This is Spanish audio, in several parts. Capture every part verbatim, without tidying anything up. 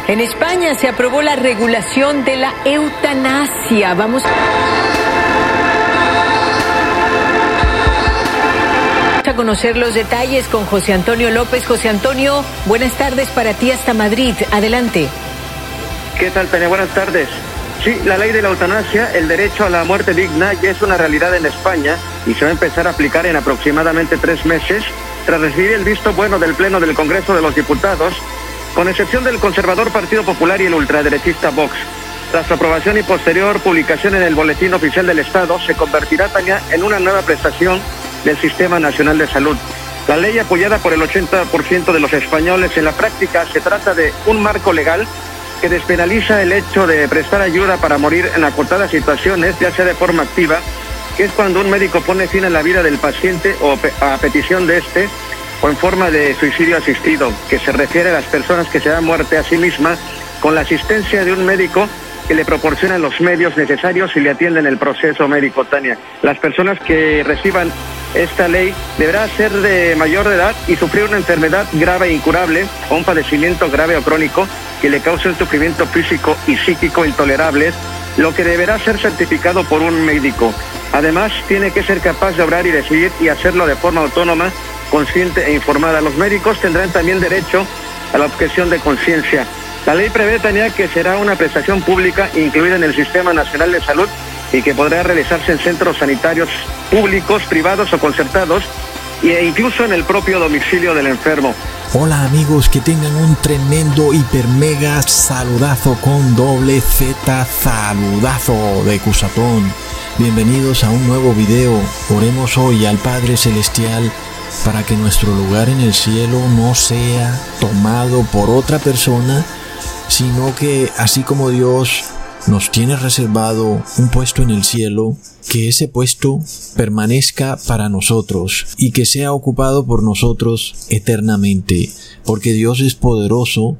En España se aprobó la regulación de la eutanasia. Vamos a conocer los detalles con José Antonio López. José Antonio, buenas tardes para ti hasta Madrid. Adelante. ¿Qué tal, Tania? Buenas tardes. Sí, la ley de la eutanasia, el derecho a la muerte digna, ya es una realidad en España y se va a empezar a aplicar en aproximadamente tres meses tras recibir el visto bueno del Pleno del Congreso de los Diputados, con excepción del conservador Partido Popular y el ultraderechista Vox. Tras su aprobación y posterior publicación en el Boletín Oficial del Estado, se convertirá, Tania, en una nueva prestación del Sistema Nacional de Salud. La ley, apoyada por el ochenta por ciento de los españoles, en la práctica se trata de un marco legal que despenaliza el hecho de prestar ayuda para morir en acotadas situaciones, ya sea de forma activa, que es cuando un médico pone fin a la vida del paciente o a petición de este, o en forma de suicidio asistido, que se refiere a las personas que se dan muerte a sí misma con la asistencia de un médico que le proporciona los medios necesarios y le atienden el proceso médico, Tania. Las personas que reciban esta ley deberá ser de mayor de edad y sufrir una enfermedad grave e incurable o un padecimiento grave o crónico que le cause un sufrimiento físico y psíquico intolerable, lo que deberá ser certificado por un médico. Además, tiene que ser capaz de obrar y decidir y hacerlo de forma autónoma, consciente e informada. Los médicos tendrán también derecho a la objeción de conciencia. La ley prevé, Tania, que será una prestación pública incluida en el Sistema Nacional de Salud y que podrá realizarse en centros sanitarios públicos, privados o concertados, e incluso en el propio domicilio del enfermo. Hola amigos, que tengan un tremendo hiper mega saludazo con doble Z, saludazo de Cusatón. Bienvenidos a un nuevo video. Oremos hoy al Padre Celestial para que nuestro lugar en el cielo no sea tomado por otra persona, sino que así como Dios nos tiene reservado un puesto en el cielo, que ese puesto permanezca para nosotros y que sea ocupado por nosotros eternamente, porque Dios es poderoso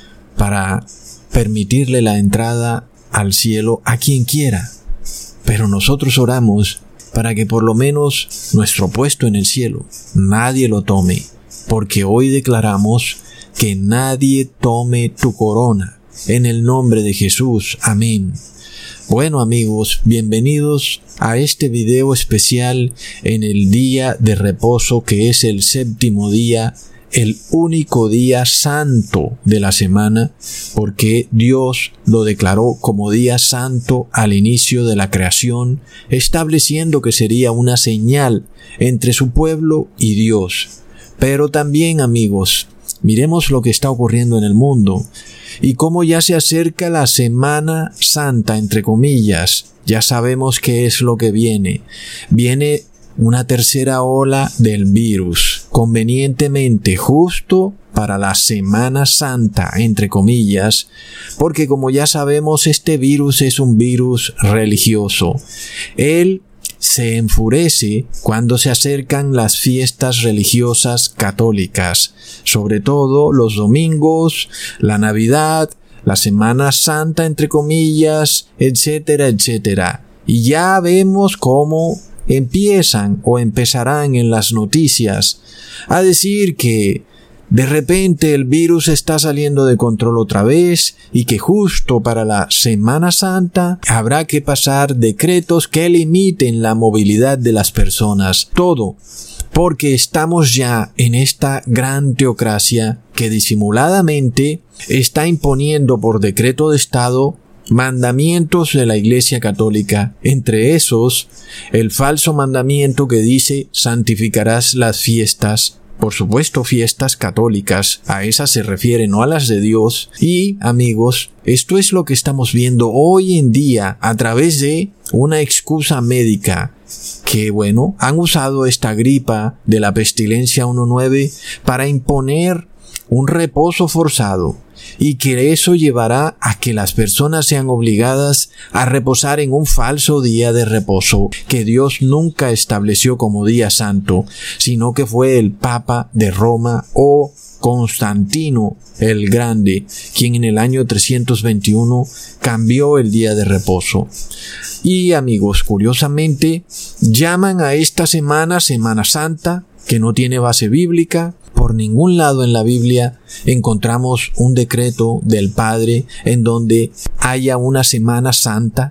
para permitirle la entrada al cielo a quien quiera. Pero nosotros oramos para que por lo menos nuestro puesto en el cielo nadie lo tome, porque hoy declaramos que nadie tome tu corona. En el nombre de Jesús, amén. Bueno amigos, bienvenidos a este video especial en el día de reposo, que es el séptimo día, el único día santo de la semana, porque Dios lo declaró como día santo al inicio de la creación, estableciendo que sería una señal entre su pueblo y Dios. Pero también amigos, miremos lo que está ocurriendo en el mundo y cómo ya se acerca la Semana Santa, entre comillas. Ya sabemos qué es lo que viene. Viene una tercera ola del virus, convenientemente justo para la Semana Santa, entre comillas, porque como ya sabemos, este virus es un virus religioso. Él se enfurece cuando se acercan las fiestas religiosas católicas, sobre todo los domingos, la Navidad, la Semana Santa, entre comillas, etcétera, etcétera. Y ya vemos cómo empiezan o empezarán en las noticias a decir que de repente el virus está saliendo de control otra vez y que justo para la Semana Santa habrá que pasar decretos que limiten la movilidad de las personas. Todo porque estamos ya en esta gran teocracia que disimuladamente está imponiendo por decreto de Estado mandamientos de la Iglesia Católica, entre esos el falso mandamiento que dice santificarás las fiestas. Por supuesto, fiestas católicas, a esas se refiere, no a las de Dios. Y, amigos, esto es lo que estamos viendo hoy en día a través de una excusa médica que, bueno, han usado esta gripa de la pestilencia diecinueve para imponer un reposo forzado, y que eso llevará a que las personas sean obligadas a reposar en un falso día de reposo que Dios nunca estableció como día santo, sino que fue el Papa de Roma o Constantino el Grande, quien en el año trescientos veintiuno cambió el día de reposo. Y amigos, curiosamente, llaman a esta semana Semana Santa, que no tiene base bíblica, por ningún lado en la Biblia encontramos un decreto del Padre en donde haya una Semana Santa.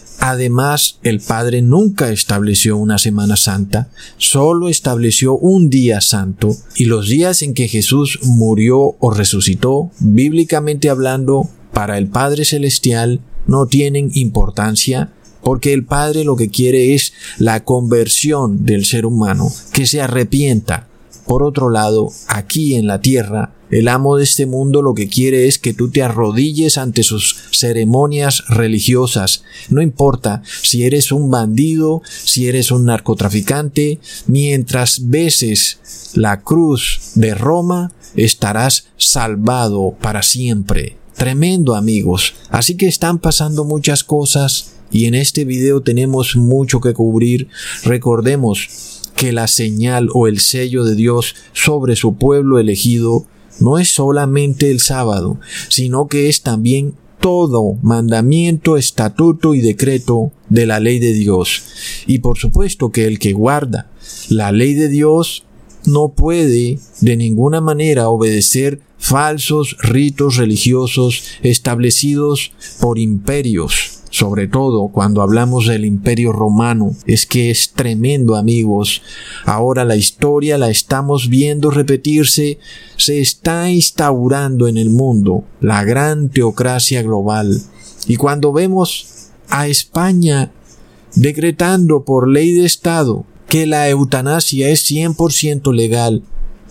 Además, el Padre nunca estableció una Semana Santa, solo estableció un día santo, y los días en que Jesús murió o resucitó, bíblicamente hablando, para el Padre Celestial no tienen importancia, porque el Padre lo que quiere es la conversión del ser humano, que se arrepienta. Por otro lado, aquí en la tierra, el amo de este mundo lo que quiere es que tú te arrodilles ante sus ceremonias religiosas. No importa si eres un bandido, si eres un narcotraficante, mientras beses la cruz de Roma, estarás salvado para siempre. Tremendo, amigos. Así que están pasando muchas cosas y en este video tenemos mucho que cubrir. Recordemos que la señal o el sello de Dios sobre su pueblo elegido no es solamente el sábado, sino que es también todo mandamiento, estatuto y decreto de la ley de Dios. Y por supuesto que el que guarda la ley de Dios no puede de ninguna manera obedecer falsos ritos religiosos establecidos por imperios. Sobre todo cuando hablamos del Imperio Romano, es que es tremendo, amigos. Ahora la historia la estamos viendo repetirse. Se está instaurando en el mundo la gran teocracia global. Y cuando vemos a España decretando por ley de Estado que la eutanasia es cien por ciento legal,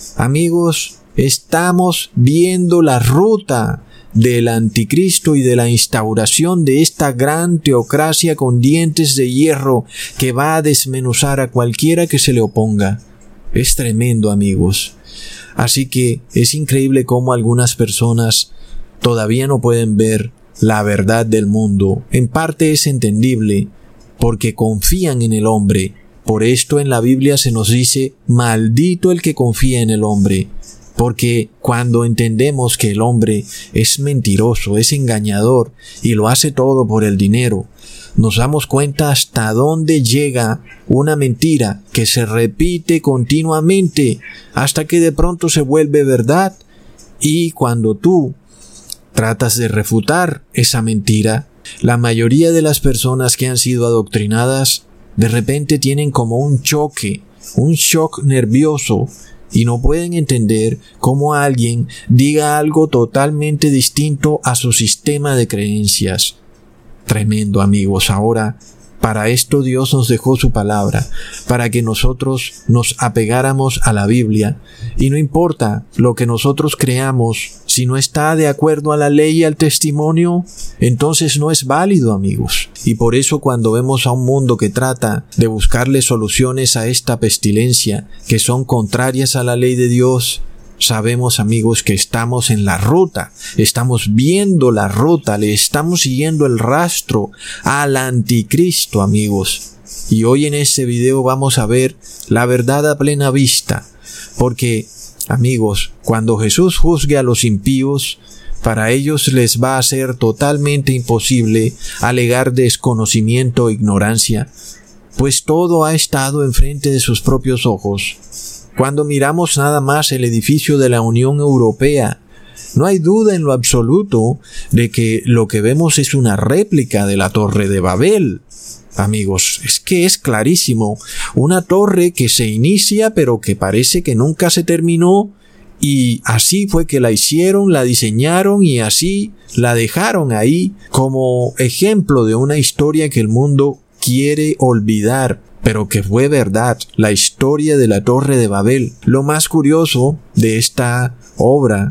amigos, estamos viendo la ruta del anticristo y de la instauración de esta gran teocracia con dientes de hierro que va a desmenuzar a cualquiera que se le oponga. Es tremendo, amigos. Así que es increíble cómo algunas personas todavía no pueden ver la verdad del mundo. En parte es entendible, porque confían en el hombre. Por esto en la Biblia se nos dice, maldito el que confía en el hombre. Porque cuando entendemos que el hombre es mentiroso, es engañador y lo hace todo por el dinero, nos damos cuenta hasta dónde llega una mentira que se repite continuamente hasta que de pronto se vuelve verdad. Y cuando tú tratas de refutar esa mentira, la mayoría de las personas que han sido adoctrinadas de repente tienen como un choque, un shock nervioso, y no pueden entender cómo alguien diga algo totalmente distinto a su sistema de creencias. Tremendo, amigos. Ahora, para esto Dios nos dejó su palabra, para que nosotros nos apegáramos a la Biblia, y no importa lo que nosotros creamos, si no está de acuerdo a la ley y al testimonio, entonces no es válido, amigos. Y por eso cuando vemos a un mundo que trata de buscarle soluciones a esta pestilencia, que son contrarias a la ley de Dios, sabemos, amigos, que estamos en la ruta, estamos viendo la ruta, le estamos siguiendo el rastro al anticristo, amigos. Y hoy en este video vamos a ver la verdad a plena vista, porque, amigos, cuando Jesús juzgue a los impíos, para ellos les va a ser totalmente imposible alegar desconocimiento o ignorancia, pues todo ha estado enfrente de sus propios ojos. Cuando miramos nada más el edificio de la Unión Europea, no hay duda en lo absoluto de que lo que vemos es una réplica de la Torre de Babel. Amigos, es que es clarísimo, una torre que se inicia pero que parece que nunca se terminó, y así fue que la hicieron, la diseñaron y así la dejaron ahí como ejemplo de una historia que el mundo quiere olvidar, pero que fue verdad, la historia de la Torre de Babel. Lo más curioso de esta obra,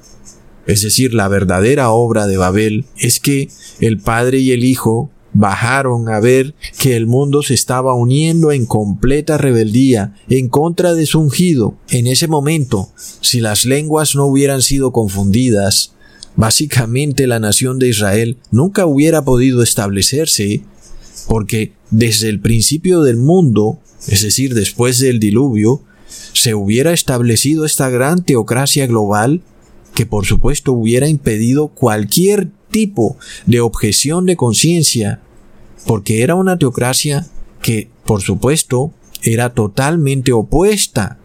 es decir, la verdadera obra de Babel, es que el Padre y el Hijo bajaron a ver que el mundo se estaba uniendo en completa rebeldía en contra de su ungido. En ese momento, si las lenguas no hubieran sido confundidas, básicamente la nación de Israel nunca hubiera podido establecerse, porque desde el principio del mundo, es decir, después del diluvio, se hubiera establecido esta gran teocracia global que por supuesto hubiera impedido cualquier tipo de objeción de conciencia, porque era una teocracia que, por supuesto, era totalmente opuesta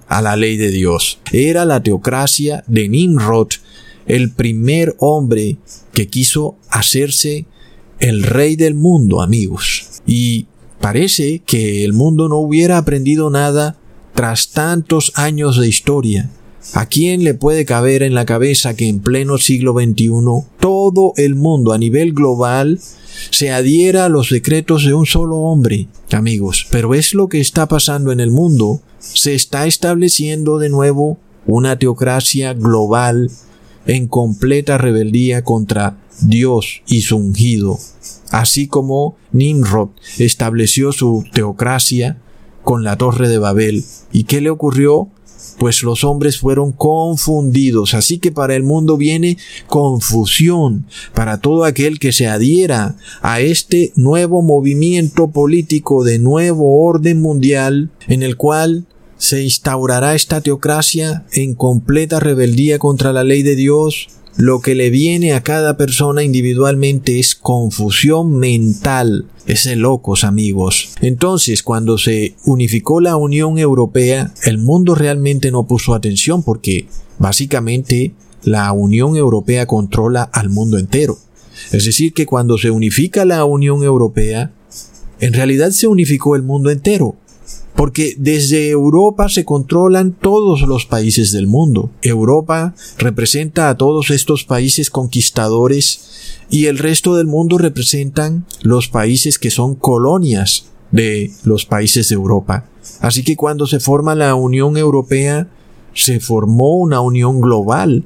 a la ley de Dios. Era la teocracia de Nimrod, el primer hombre que quiso hacerse el rey del mundo, amigos. Y parece que el mundo no hubiera aprendido nada tras tantos años de historia. ¿A quién le puede caber en la cabeza que en pleno siglo veintiuno todo el mundo a nivel global se adhiera a los decretos de un solo hombre, amigos? Pero es lo que está pasando en el mundo. Se está estableciendo de nuevo una teocracia global en completa rebeldía contra Dios y su ungido, así como Nimrod estableció su teocracia con la Torre de Babel. ¿Y qué le ocurrió? Pues los hombres fueron confundidos, así que para el mundo viene confusión para todo aquel que se adhiera a este nuevo movimiento político de nuevo orden mundial, en el cual se instaurará esta teocracia en completa rebeldía contra la ley de Dios. Lo que le viene a cada persona individualmente es confusión mental. Es de locos, amigos. Entonces, cuando se unificó la Unión Europea, el mundo realmente no puso atención porque, básicamente, la Unión Europea controla al mundo entero. Es decir, que cuando se unifica la Unión Europea, en realidad se unificó el mundo entero. Porque desde Europa se controlan todos los países del mundo. Europa representa a todos estos países conquistadores y el resto del mundo representan los países que son colonias de los países de Europa. Así que cuando se forma la Unión Europea, se formó una unión global.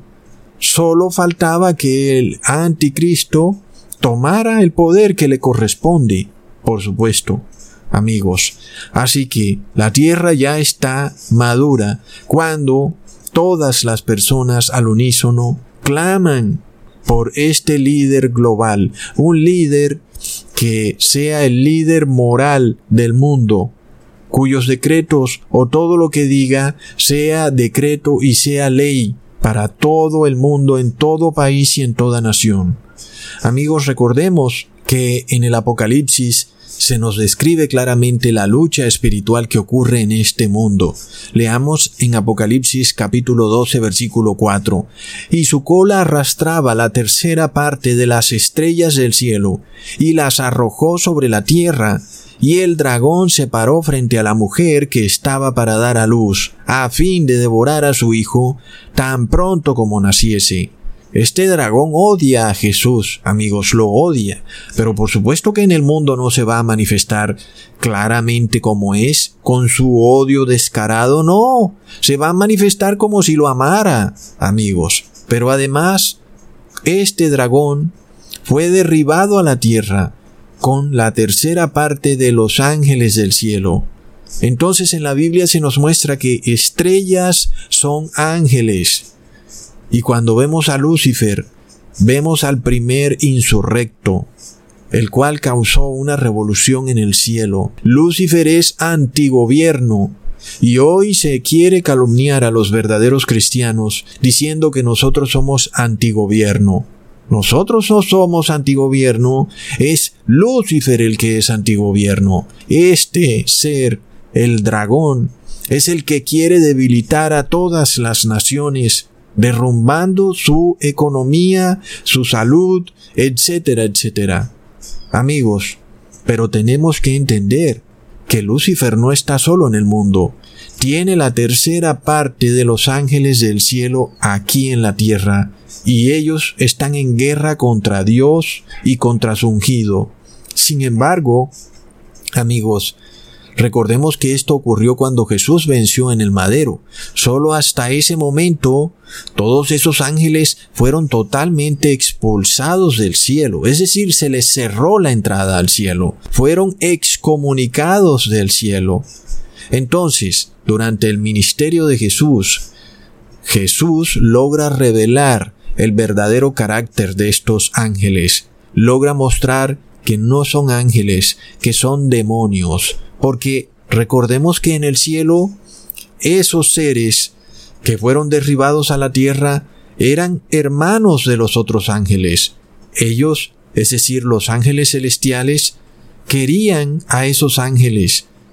Solo faltaba que el anticristo tomara el poder que le corresponde, por supuesto. Amigos, así que la tierra ya está madura cuando todas las personas al unísono claman por este líder global, un líder que sea el líder moral del mundo, cuyos decretos o todo lo que diga sea decreto y sea ley para todo el mundo, en todo país y en toda nación. Amigos, recordemos que en el Apocalipsis se nos describe claramente la lucha espiritual que ocurre en este mundo. Leamos en Apocalipsis capítulo doce versículo cuatro. Y su cola arrastraba la tercera parte de las estrellas del cielo, y las arrojó sobre la tierra, y el dragón se paró frente a la mujer que estaba para dar a luz, a fin de devorar a su hijo tan pronto como naciese. Este dragón odia a Jesús, amigos, lo odia, pero por supuesto que en el mundo no se va a manifestar claramente como es, con su odio descarado, no, se va a manifestar como si lo amara, amigos. Pero además, este dragón fue derribado a la tierra con la tercera parte de los ángeles del cielo. Entonces en la Biblia se nos muestra que estrellas son ángeles. Y cuando vemos a Lucifer, vemos al primer insurrecto, el cual causó una revolución en el cielo. Lucifer es antigobierno, y hoy se quiere calumniar a los verdaderos cristianos diciendo que nosotros somos antigobierno. Nosotros no somos antigobierno, es Lucifer el que es antigobierno. Este ser, el dragón, es el que quiere debilitar a todas las naciones, derrumbando su economía, su salud, etcétera, etcétera. Amigos, pero tenemos que entender que Lucifer no está solo en el mundo. Tiene la tercera parte de los ángeles del cielo aquí en la tierra, y ellos están en guerra contra Dios y contra su ungido. Sin embargo, amigos, recordemos que esto ocurrió cuando Jesús venció en el madero. Solo hasta ese momento, todos esos ángeles fueron totalmente expulsados del cielo. Es decir, se les cerró la entrada al cielo. Fueron excomunicados del cielo. Entonces, durante el ministerio de Jesús, Jesús logra revelar el verdadero carácter de estos ángeles. Logra mostrar que no son ángeles, que son demonios. Porque recordemos que en el cielo, esos seres que fueron derribados a la tierra eran hermanos de los otros ángeles. Ellos, es decir, los ángeles celestiales, querían a esos ángeles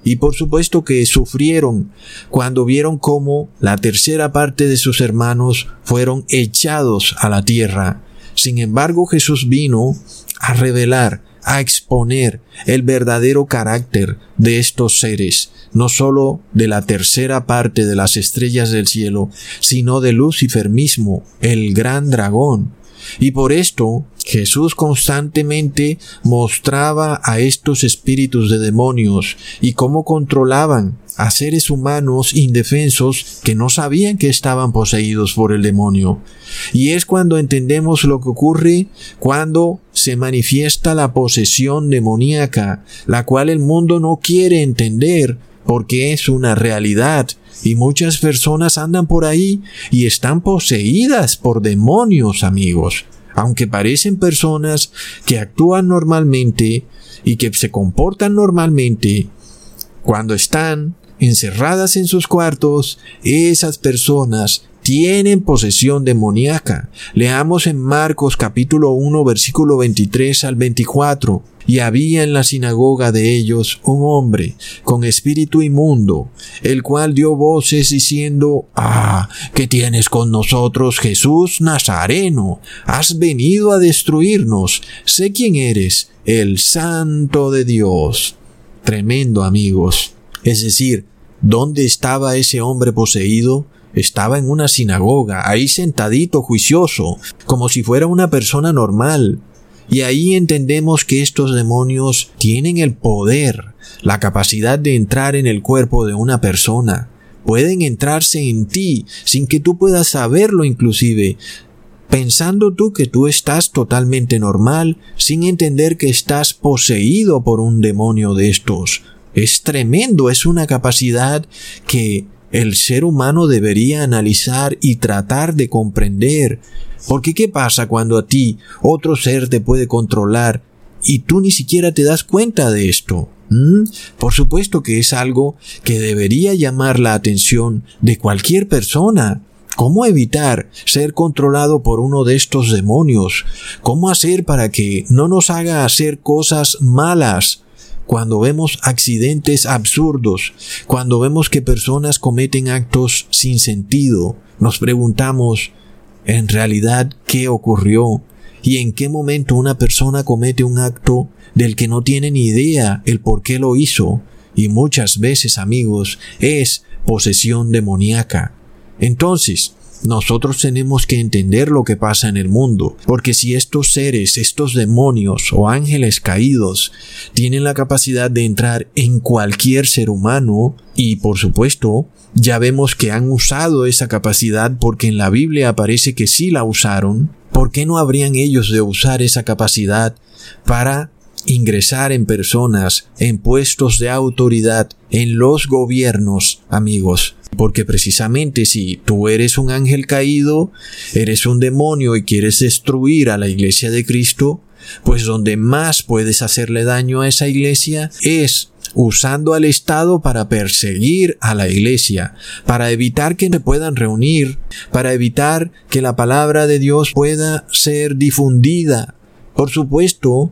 Y por supuesto que sufrieron cuando vieron cómo la tercera parte de sus hermanos fueron echados a la tierra. Sin embargo, Jesús vino a revelar, a exponer el verdadero carácter de estos seres, no solo de la tercera parte de las estrellas del cielo, sino de Lucifer mismo, el gran dragón. Y por esto, Jesús constantemente mostraba a estos espíritus de demonios y cómo controlaban a seres humanos indefensos que no sabían que estaban poseídos por el demonio. Y es cuando entendemos lo que ocurre cuando se manifiesta la posesión demoníaca, la cual el mundo no quiere entender porque es una realidad. Y muchas personas andan por ahí y están poseídas por demonios, amigos. Aunque parecen personas que actúan normalmente y que se comportan normalmente, cuando están encerradas en sus cuartos, esas personas tienen posesión demoníaca. Leamos en Marcos capítulo uno, versículo veintitrés al veinticuatro. Y había en la sinagoga de ellos un hombre con espíritu inmundo, el cual dio voces diciendo: «Ah, ¿qué tienes con nosotros, Jesús Nazareno? ¿Has venido a destruirnos? Sé quién eres, el Santo de Dios». Tremendo, amigos. Es decir, ¿dónde estaba ese hombre poseído? Estaba en una sinagoga, ahí sentadito, juicioso, como si fuera una persona normal. Y ahí entendemos que estos demonios tienen el poder, la capacidad de entrar en el cuerpo de una persona. Pueden entrarse en ti sin que tú puedas saberlo inclusive, pensando tú que tú estás totalmente normal, sin entender que estás poseído por un demonio de estos. Es tremendo, es una capacidad que el ser humano debería analizar y tratar de comprender. Porque ¿qué pasa cuando a ti otro ser te puede controlar y tú ni siquiera te das cuenta de esto? ¿Mm? Por supuesto que es algo que debería llamar la atención de cualquier persona. ¿Cómo evitar ser controlado por uno de estos demonios? ¿Cómo hacer para que no nos haga hacer cosas malas? Cuando vemos accidentes absurdos, cuando vemos que personas cometen actos sin sentido, nos preguntamos, ¿en realidad qué ocurrió? ¿Y en qué momento una persona comete un acto del que no tiene ni idea el por qué lo hizo? Y muchas veces, amigos, es posesión demoníaca. Entonces, nosotros tenemos que entender lo que pasa en el mundo, porque si estos seres, estos demonios o ángeles caídos tienen la capacidad de entrar en cualquier ser humano, y por supuesto, ya vemos que han usado esa capacidad porque en la Biblia aparece que sí la usaron, ¿por qué no habrían ellos de usar esa capacidad para ingresar en personas, en puestos de autoridad, en los gobiernos, amigos? Porque precisamente si tú eres un ángel caído, eres un demonio y quieres destruir a la iglesia de Cristo, pues donde más puedes hacerle daño a esa iglesia es usando al Estado para perseguir a la iglesia, para evitar que se puedan reunir, para evitar que la palabra de Dios pueda ser difundida. Por supuesto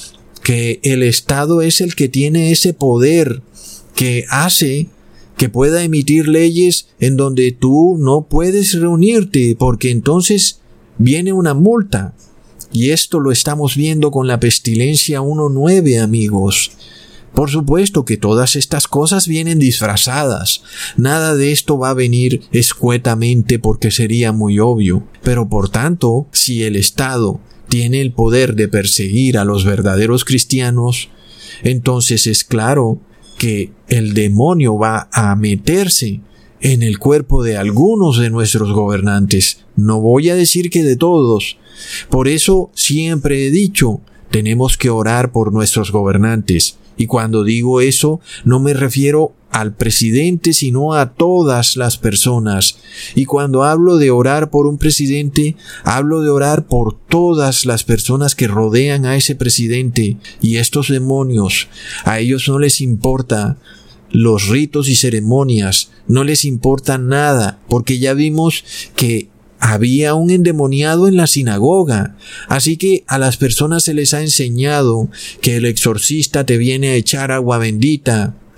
que el Estado es el que tiene ese poder que hace que pueda emitir leyes en donde tú no puedes reunirte, porque entonces viene una multa. Y esto lo estamos viendo con la pestilencia uno nueve, amigos. Por supuesto que todas estas cosas vienen disfrazadas. Nada de esto va a venir escuetamente porque sería muy obvio. Pero por tanto, si el Estado tiene el poder de perseguir a los verdaderos cristianos, entonces es claro que el demonio va a meterse en el cuerpo de algunos de nuestros gobernantes. No voy a decir que de todos. Por eso siempre he dicho, tenemos que orar por nuestros gobernantes. Y cuando digo eso, no me refiero al presidente, sino a todas las personas. Y cuando hablo de orar por un presidente, hablo de orar por todas las personas que rodean a ese presidente. Y estos demonios, a ellos no les importa los ritos y ceremonias, no les importa nada, porque ya vimos que había un endemoniado en la sinagoga. Así que a las personas se les ha enseñado que el exorcista te viene a echar agua bendita,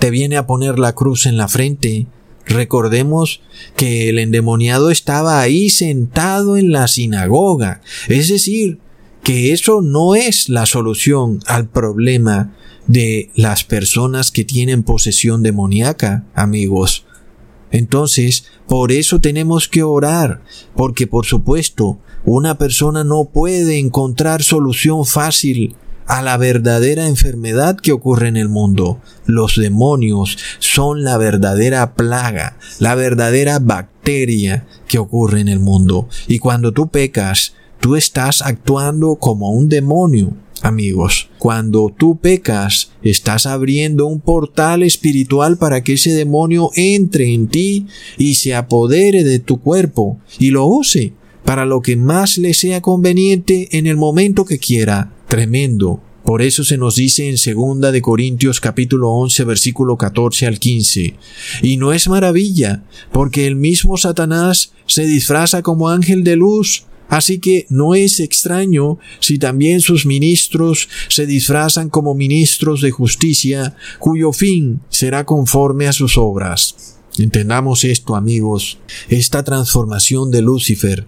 te viene a poner la cruz en la frente. Recordemos que el endemoniado estaba ahí sentado en la sinagoga. Es decir, que eso no es la solución al problema de las personas que tienen posesión demoníaca, amigos. Entonces, por eso tenemos que orar, porque por supuesto, una persona no puede encontrar solución fácil a la verdadera enfermedad que ocurre en el mundo. Los demonios son la verdadera plaga, la verdadera bacteria que ocurre en el mundo. Y cuando tú pecas, tú estás actuando como un demonio, amigos. Cuando tú pecas, estás abriendo un portal espiritual para que ese demonio entre en ti y se apodere de tu cuerpo y lo use para lo que más le sea conveniente en el momento que quiera. Tremendo. Por eso se nos dice en segunda de Corintios capítulo once versículo catorce al quince. Y no es maravilla, porque el mismo Satanás se disfraza como ángel de luz. Así que no es extraño si también sus ministros se disfrazan como ministros de justicia, cuyo fin será conforme a sus obras. Entendamos esto, amigos. Esta transformación de Lucifer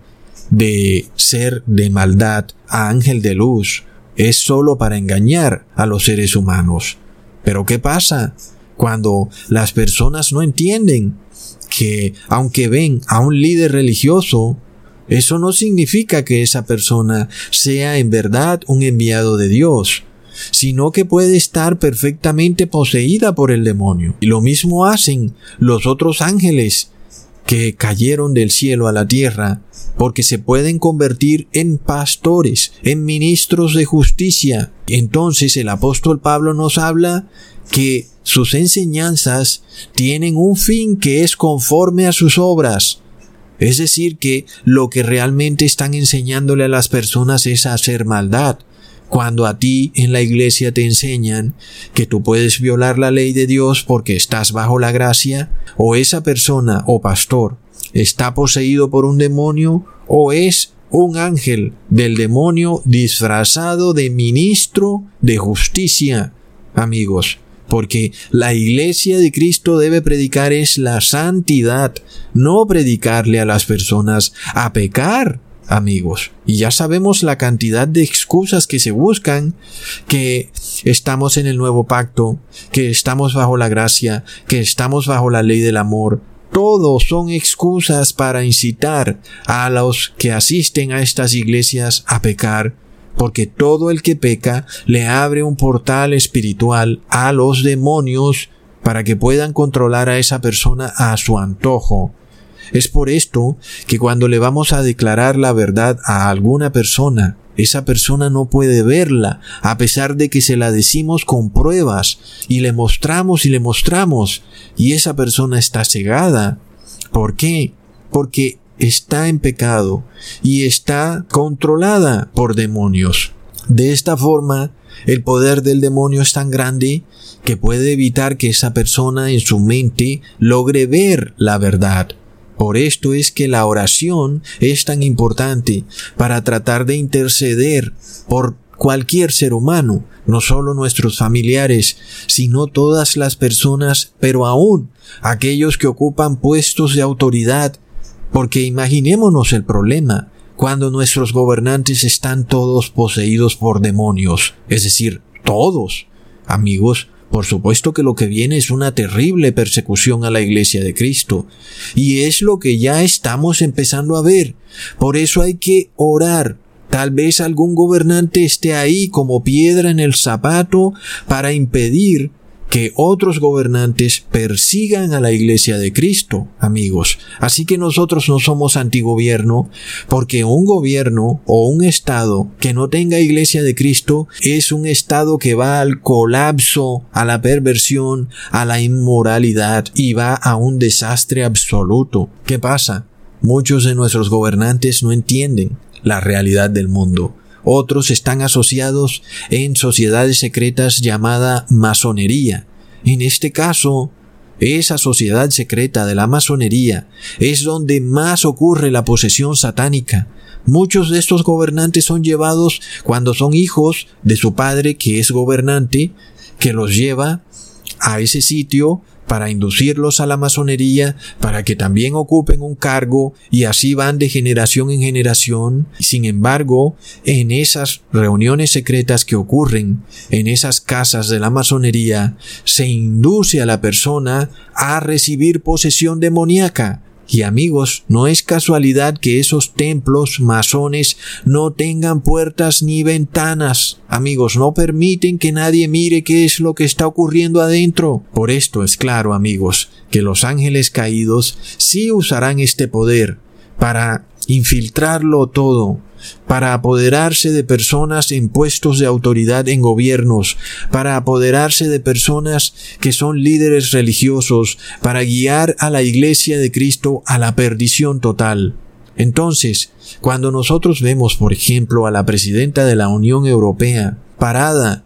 de ser de maldad a ángel de luz es solo para engañar a los seres humanos. Pero ¿qué pasa cuando las personas no entienden que aunque ven a un líder religioso, eso no significa que esa persona sea en verdad un enviado de Dios, sino que puede estar perfectamente poseída por el demonio? Y lo mismo hacen los otros ángeles que cayeron del cielo a la tierra, porque se pueden convertir en pastores, en ministros de justicia. Entonces el apóstol Pablo nos habla que sus enseñanzas tienen un fin que es conforme a sus obras. Es decir, que lo que realmente están enseñándole a las personas es hacer maldad. Cuando a ti en la iglesia te enseñan que tú puedes violar la ley de Dios porque estás bajo la gracia, o esa persona o pastor está poseído por un demonio, o es un ángel del demonio disfrazado de ministro de justicia, amigos. Porque la iglesia de Cristo debe predicar es la santidad, no predicarle a las personas a pecar, amigos. Y ya sabemos la cantidad de excusas que se buscan, que estamos en el nuevo pacto, que estamos bajo la gracia, que estamos bajo la ley del amor. Todo son excusas para incitar a los que asisten a estas iglesias a pecar, porque todo el que peca le abre un portal espiritual a los demonios para que puedan controlar a esa persona a su antojo. Es por esto que cuando le vamos a declarar la verdad a alguna persona, esa persona no puede verla, a pesar de que se la decimos con pruebas, y le mostramos y le mostramos, y esa persona está cegada. ¿Por qué? Porque está en pecado y está controlada por demonios. De esta forma, el poder del demonio es tan grande que puede evitar que esa persona en su mente logre ver la verdad. Por esto es que la oración es tan importante para tratar de interceder por cualquier ser humano, no solo nuestros familiares, sino todas las personas, pero aún aquellos que ocupan puestos de autoridad. Porque imaginémonos el problema cuando nuestros gobernantes están todos poseídos por demonios, es decir, todos. Amigos, por supuesto que lo que viene es una terrible persecución a la Iglesia de Cristo, y es lo que ya estamos empezando a ver. Por eso hay que orar. Tal vez algún gobernante esté ahí como piedra en el zapato para impedir que otros gobernantes persigan a la Iglesia de Cristo, amigos. Así que nosotros no somos antigobierno, porque un gobierno o un estado que no tenga Iglesia de Cristo es un estado que va al colapso, a la perversión, a la inmoralidad y va a un desastre absoluto. ¿Qué pasa? Muchos de nuestros gobernantes no entienden la realidad del mundo. Otros están asociados en sociedades secretas llamada masonería. En este caso, esa sociedad secreta de la masonería es donde más ocurre la posesión satánica. Muchos de estos gobernantes son llevados cuando son hijos de su padre que es gobernante, que los lleva a ese sitio para inducirlos a la masonería, para que también ocupen un cargo, y así van de generación en generación. Sin embargo, en esas reuniones secretas que ocurren en esas casas de la masonería, se induce a la persona a recibir posesión demoníaca. Y amigos, no es casualidad que esos templos masones no tengan puertas ni ventanas. Amigos, no permiten que nadie mire qué es lo que está ocurriendo adentro. Por esto es claro, amigos, que los ángeles caídos sí usarán este poder para infiltrarlo todo, para apoderarse de personas en puestos de autoridad en gobiernos, para apoderarse de personas que son líderes religiosos, para guiar a la Iglesia de Cristo a la perdición total. Entonces, cuando nosotros vemos, por ejemplo, a la presidenta de la Unión Europea parada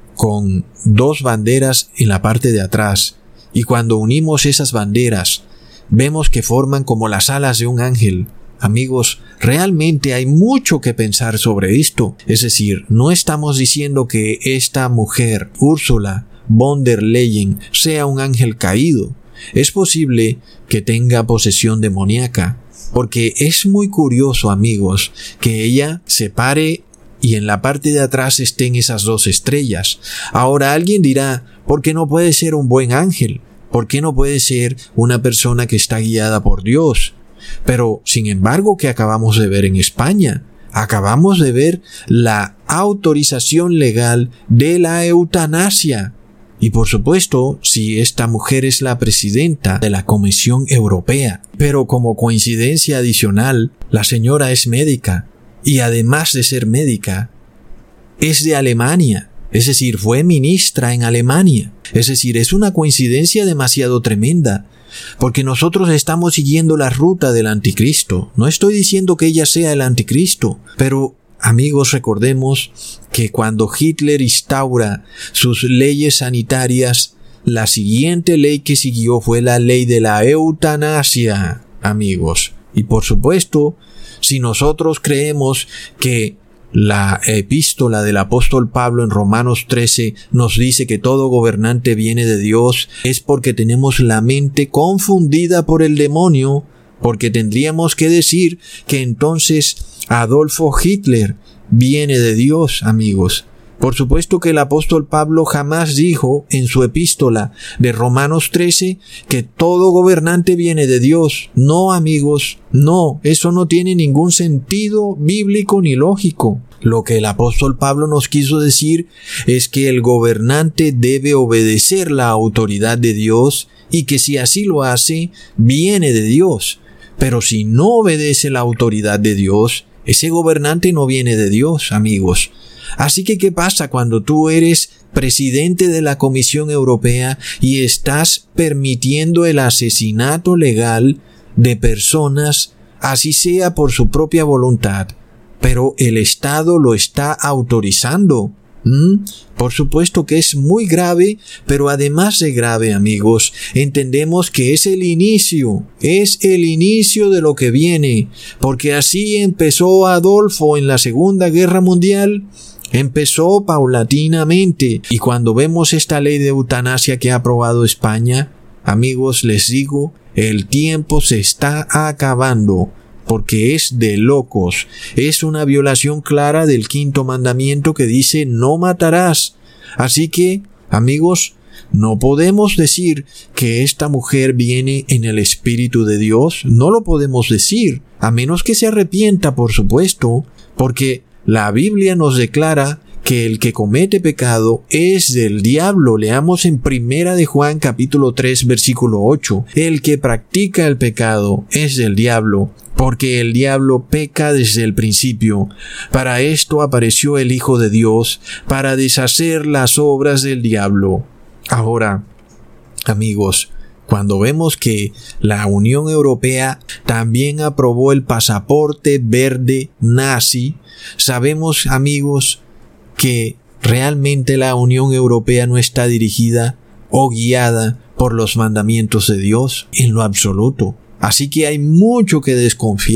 con dos banderas en la parte de atrás, y cuando unimos esas banderas, vemos que forman como las alas de un ángel. Amigos, realmente hay mucho que pensar sobre esto. Es decir, no estamos diciendo que esta mujer, Ursula von der Leyen, sea un ángel caído. Es posible que tenga posesión demoníaca, porque es muy curioso, amigos, que ella se pare y en la parte de atrás estén esas dos estrellas. Ahora alguien dirá, ¿por qué no puede ser un buen ángel? ¿Por qué no puede ser una persona que está guiada por Dios? Pero, sin embargo, ¿qué acabamos de ver en España? Acabamos de ver la autorización legal de la eutanasia. Y por supuesto, si esta mujer es la presidenta de la Comisión Europea. Pero como coincidencia adicional, la señora es médica. Y además de ser médica, es de Alemania. Es decir, fue ministra en Alemania. Es decir, es una coincidencia demasiado tremenda. Porque nosotros estamos siguiendo la ruta del anticristo. No estoy diciendo que ella sea el anticristo, pero amigos, recordemos que cuando Hitler instaura sus leyes sanitarias, la siguiente ley que siguió fue la ley de la eutanasia, amigos. Y por supuesto, si nosotros creemos que la epístola del apóstol Pablo en Romanos trece nos dice que todo gobernante viene de Dios, es porque tenemos la mente confundida por el demonio, porque tendríamos que decir que entonces Adolfo Hitler viene de Dios, amigos. Por supuesto que el apóstol Pablo jamás dijo en su epístola de Romanos trece que todo gobernante viene de Dios. No, amigos, no, eso no tiene ningún sentido bíblico ni lógico. Lo que el apóstol Pablo nos quiso decir es que el gobernante debe obedecer la autoridad de Dios y que si así lo hace, viene de Dios. Pero si no obedece la autoridad de Dios, ese gobernante no viene de Dios, amigos. Así que, ¿qué pasa cuando tú eres presidente de la Comisión Europea y estás permitiendo el asesinato legal de personas, así sea por su propia voluntad, pero el Estado lo está autorizando? ¿Mm? Por supuesto que es muy grave, pero además de grave, amigos, entendemos que es el inicio, es el inicio de lo que viene, porque así empezó Adolfo en la Segunda Guerra Mundial. Empezó paulatinamente, y cuando vemos esta ley de eutanasia que ha aprobado España, amigos, les digo, el tiempo se está acabando, porque es de locos. Es una violación clara del quinto mandamiento que dice no matarás. Así que, amigos, no podemos decir que esta mujer viene en el Espíritu de Dios. No lo podemos decir, a menos que se arrepienta, por supuesto, porque la Biblia nos declara que el que comete pecado es del diablo. Leamos en Primera de Juan capítulo tres versículo ocho. El que practica el pecado es del diablo, porque el diablo peca desde el principio. Para esto apareció el Hijo de Dios, para deshacer las obras del diablo. Ahora, amigos, cuando vemos que la Unión Europea también aprobó el pasaporte verde nazi, sabemos, amigos, que realmente la Unión Europea no está dirigida o guiada por los mandamientos de Dios en lo absoluto. Así que hay mucho que desconfiar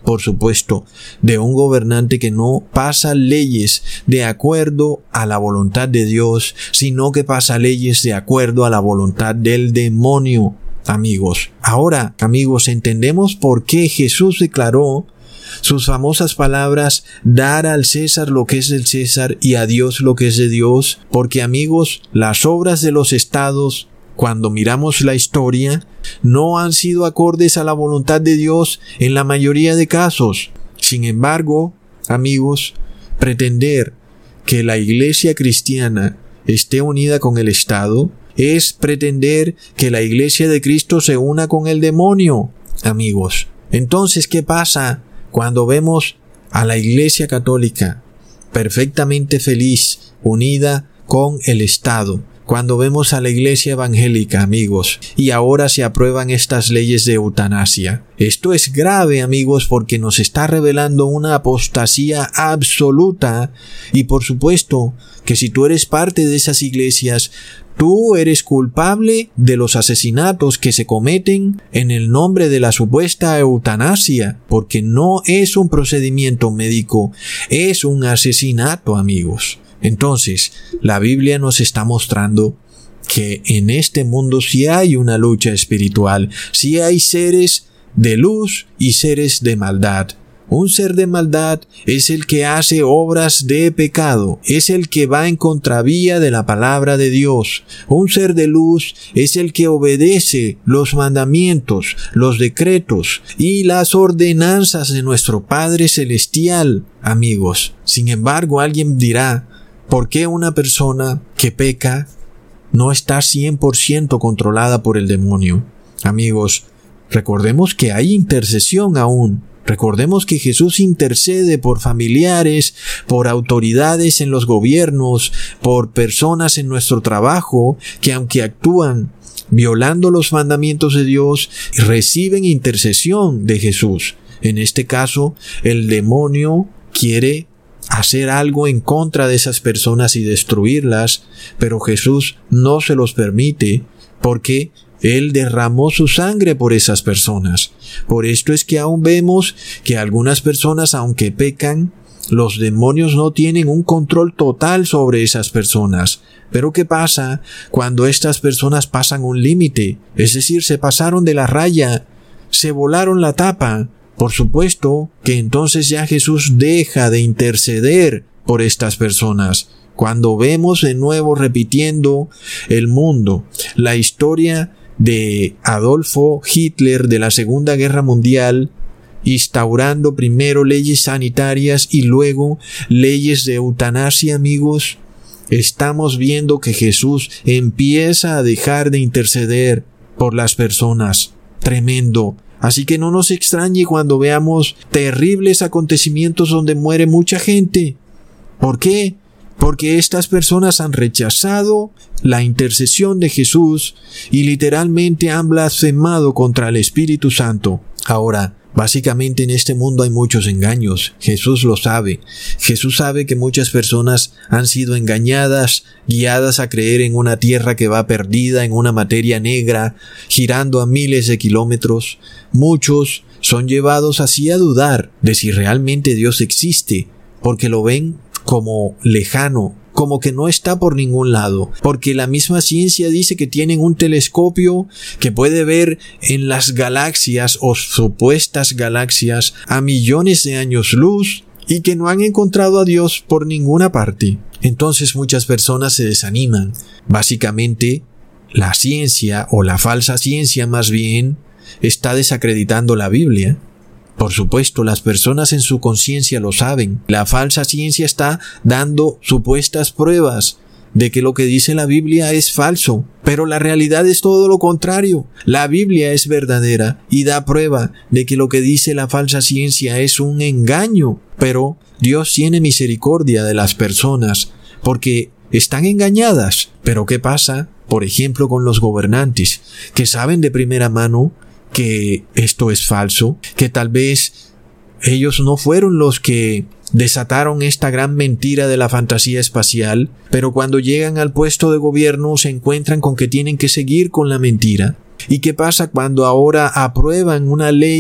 por supuesto, de un gobernante que no pasa leyes de acuerdo a la voluntad de Dios, sino que pasa leyes de acuerdo a la voluntad del demonio, amigos. Ahora, amigos, entendemos por qué Jesús declaró sus famosas palabras: dar al César lo que es del César y a Dios lo que es de Dios, porque, amigos, las obras de los estados, cuando miramos la historia, no han sido acordes a la voluntad de Dios en la mayoría de casos. Sin embargo, amigos, pretender que la iglesia cristiana esté unida con el Estado es pretender que la iglesia de Cristo se una con el demonio, amigos. Entonces, ¿qué pasa cuando vemos a la iglesia católica perfectamente feliz, unida con el Estado? Cuando vemos a la iglesia evangélica, amigos, y ahora se aprueban estas leyes de eutanasia. Esto es grave, amigos, porque nos está revelando una apostasía absoluta, y por supuesto que si tú eres parte de esas iglesias, tú eres culpable de los asesinatos que se cometen en el nombre de la supuesta eutanasia, porque no es un procedimiento médico, es un asesinato, amigos. Entonces, la Biblia nos está mostrando que en este mundo sí hay una lucha espiritual, sí hay seres de luz y seres de maldad. Un ser de maldad es el que hace obras de pecado, es el que va en contravía de la palabra de Dios. Un ser de luz es el que obedece los mandamientos, los decretos y las ordenanzas de nuestro Padre Celestial, amigos. Sin embargo, alguien dirá: ¿por qué una persona que peca no está cien por ciento controlada por el demonio? Amigos, recordemos que hay intercesión aún. Recordemos que Jesús intercede por familiares, por autoridades en los gobiernos, por personas en nuestro trabajo, que aunque actúan violando los mandamientos de Dios, reciben intercesión de Jesús. En este caso, el demonio quiere hacer algo en contra de esas personas y destruirlas, pero Jesús no se los permite porque Él derramó su sangre por esas personas. Por esto es que aún vemos que algunas personas, aunque pecan, los demonios no tienen un control total sobre esas personas. Pero ¿qué pasa cuando estas personas pasan un límite? Es decir, se pasaron de la raya, se volaron la tapa. Por supuesto que entonces ya Jesús deja de interceder por estas personas. Cuando vemos de nuevo repitiendo el mundo la historia de Adolfo Hitler de la Segunda Guerra Mundial, instaurando primero leyes sanitarias y luego leyes de eutanasia, amigos, estamos viendo que Jesús empieza a dejar de interceder por las personas. Tremendo. Así que no nos extrañe cuando veamos terribles acontecimientos donde muere mucha gente. ¿Por qué? Porque estas personas han rechazado la intercesión de Jesús y literalmente han blasfemado contra el Espíritu Santo. Ahora, básicamente en este mundo hay muchos engaños. Jesús lo sabe. Jesús sabe que muchas personas han sido engañadas, guiadas a creer en una tierra que va perdida, en una materia negra, girando a miles de kilómetros. Muchos son llevados así a dudar de si realmente Dios existe, porque lo ven como lejano, como que no está por ningún lado, porque la misma ciencia dice que tienen un telescopio que puede ver en las galaxias o supuestas galaxias a millones de años luz y que no han encontrado a Dios por ninguna parte. Entonces muchas personas se desaniman. Básicamente, la ciencia o la falsa ciencia más bien está desacreditando la Biblia. Por supuesto, las personas en su conciencia lo saben. La falsa ciencia está dando supuestas pruebas de que lo que dice la Biblia es falso, pero la realidad es todo lo contrario. La Biblia es verdadera y da prueba de que lo que dice la falsa ciencia es un engaño. Pero Dios tiene misericordia de las personas porque están engañadas. Pero ¿qué pasa, por ejemplo, con los gobernantes que saben de primera mano que esto es falso, que tal vez ellos no fueron los que desataron esta gran mentira de la fantasía espacial, pero cuando llegan al puesto de gobierno se encuentran con que tienen que seguir con la mentira? ¿Y qué pasa cuando ahora aprueban una ley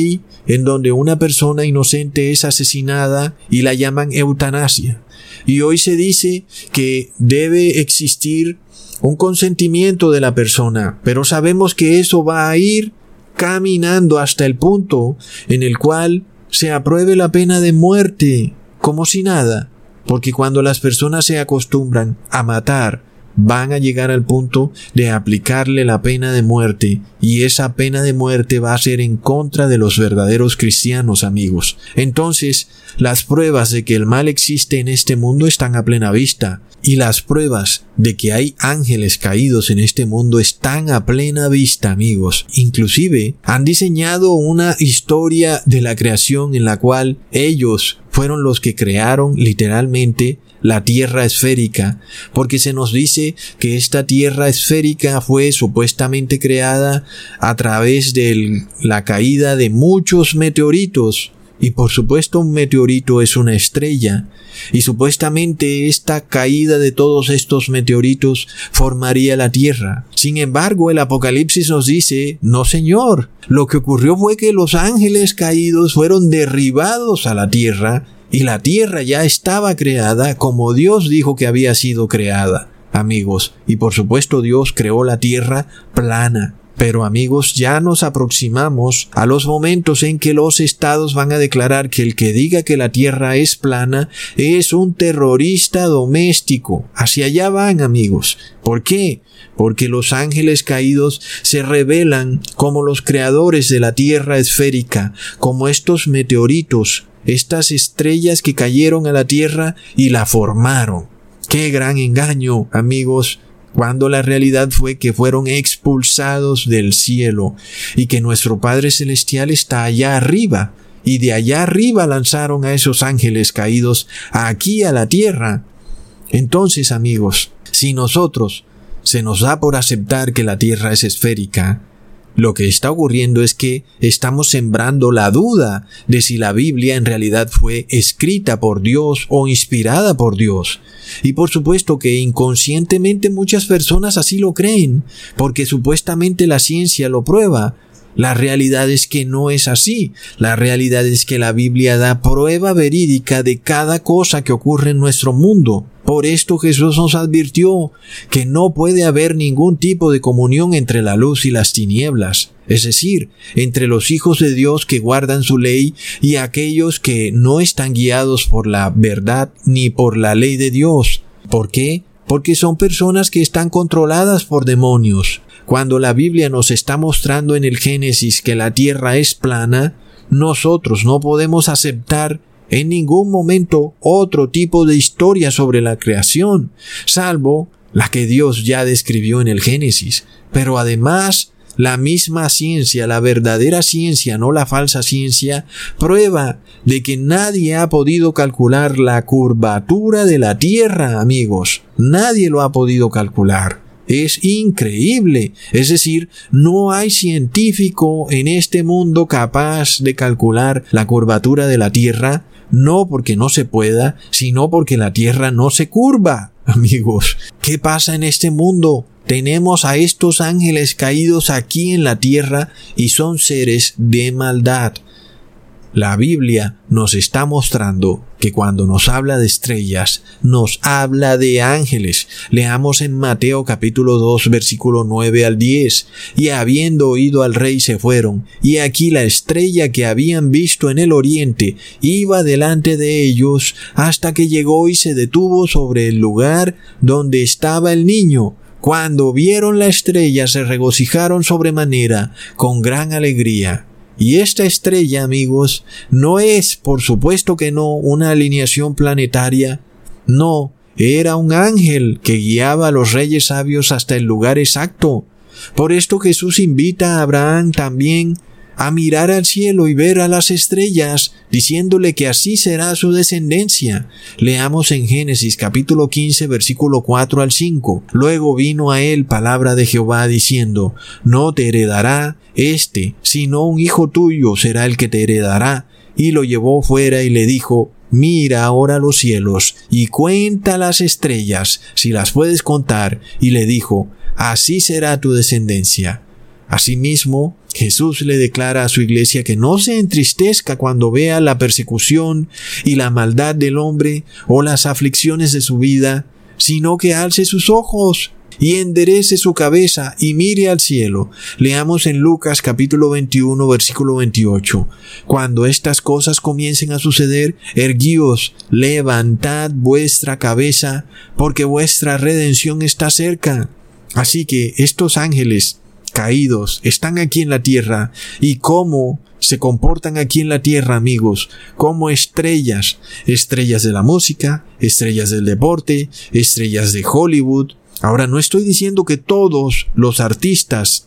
en donde una persona inocente es asesinada y la llaman eutanasia. Y hoy se dice que debe existir un consentimiento de la persona, pero sabemos que eso va a ir caminando hasta el punto en el cual se apruebe la pena de muerte como si nada, porque cuando las personas se acostumbran a matar, van a llegar al punto de aplicarle la pena de muerte, y esa pena de muerte va a ser en contra de los verdaderos cristianos, amigos. Entonces, las pruebas de que el mal existe en este mundo están a plena vista, y las pruebas de que hay ángeles caídos en este mundo están a plena vista, amigos. Inclusive, han diseñado una historia de la creación en la cual ellos fueron los que crearon literalmente la tierra esférica, porque se nos dice que esta tierra esférica fue supuestamente creada a través de la caída de muchos meteoritos. Y por supuesto un meteorito es una estrella, y supuestamente esta caída de todos estos meteoritos formaría la Tierra. Sin embargo, el Apocalipsis nos dice, no señor, lo que ocurrió fue que los ángeles caídos fueron derribados a la Tierra, y la Tierra ya estaba creada como Dios dijo que había sido creada, amigos. Y por supuesto Dios creó la Tierra plana. Pero amigos, ya nos aproximamos a los momentos en que los estados van a declarar que el que diga que la tierra es plana es un terrorista doméstico. Hacia allá van, amigos. ¿Por qué? Porque los ángeles caídos se revelan como los creadores de la tierra esférica, como estos meteoritos, estas estrellas que cayeron a la tierra y la formaron. ¡Qué gran engaño, amigos! Cuando la realidad fue que fueron expulsados del cielo y que nuestro Padre Celestial está allá arriba, y de allá arriba lanzaron a esos ángeles caídos aquí a la tierra. Entonces, amigos, si nosotros se nos da por aceptar que la tierra es esférica, lo que está ocurriendo es que estamos sembrando la duda de si la Biblia en realidad fue escrita por Dios o inspirada por Dios. Y por supuesto que inconscientemente muchas personas así lo creen, porque supuestamente la ciencia lo prueba. La realidad es que no es así. La realidad es que la Biblia da prueba verídica de cada cosa que ocurre en nuestro mundo. Por esto Jesús nos advirtió que no puede haber ningún tipo de comunión entre la luz y las tinieblas, es decir, entre los hijos de Dios que guardan su ley y aquellos que no están guiados por la verdad ni por la ley de Dios. ¿Por qué? Porque son personas que están controladas por demonios. Cuando la Biblia nos está mostrando en el Génesis que la tierra es plana, nosotros no podemos aceptar en ningún momento otro tipo de historia sobre la creación, salvo la que Dios ya describió en el Génesis. Pero además, la misma ciencia, la verdadera ciencia, no la falsa ciencia, prueba de que nadie ha podido calcular la curvatura de la tierra, amigos. Nadie lo ha podido calcular. Es increíble. Es decir, no hay científico en este mundo capaz de calcular la curvatura de la Tierra, no porque no se pueda, sino porque la Tierra no se curva. Amigos, ¿qué pasa en este mundo? Tenemos a estos ángeles caídos aquí en la Tierra y son seres de maldad. La Biblia nos está mostrando que cuando nos habla de estrellas, nos habla de ángeles. Leamos en Mateo capítulo dos, versículo nueve al diez. Y habiendo oído al rey se fueron, y aquí la estrella que habían visto en el oriente iba delante de ellos, hasta que llegó y se detuvo sobre el lugar donde estaba el niño. Cuando vieron la estrella se regocijaron sobremanera, con gran alegría. Y esta estrella, amigos, no es, por supuesto que no, una alineación planetaria. No, era un ángel que guiaba a los reyes sabios hasta el lugar exacto. Por esto Jesús invita a Abraham también a mirar al cielo y ver a las estrellas, diciéndole que así será su descendencia. Leamos en Génesis capítulo quince, versículo cuatro al cinco. Luego vino a él palabra de Jehová diciendo, no te heredará este, sino un hijo tuyo será el que te heredará. Y lo llevó fuera y le dijo, mira ahora los cielos y cuenta las estrellas, si las puedes contar. Y le dijo, así será tu descendencia. Asimismo, Jesús le declara a su iglesia que no se entristezca cuando vea la persecución y la maldad del hombre o las aflicciones de su vida, sino que alce sus ojos y enderece su cabeza y mire al cielo. Leamos en Lucas capítulo veintiuno, versículo veintiocho. Cuando estas cosas comiencen a suceder, erguíos, levantad vuestra cabeza, porque vuestra redención está cerca. Así que estos ángeles caídos están aquí en la tierra, y cómo se comportan aquí en la tierra, amigos, como estrellas, estrellas de la música, estrellas del deporte, estrellas de Hollywood. Ahora, no estoy diciendo que todos los artistas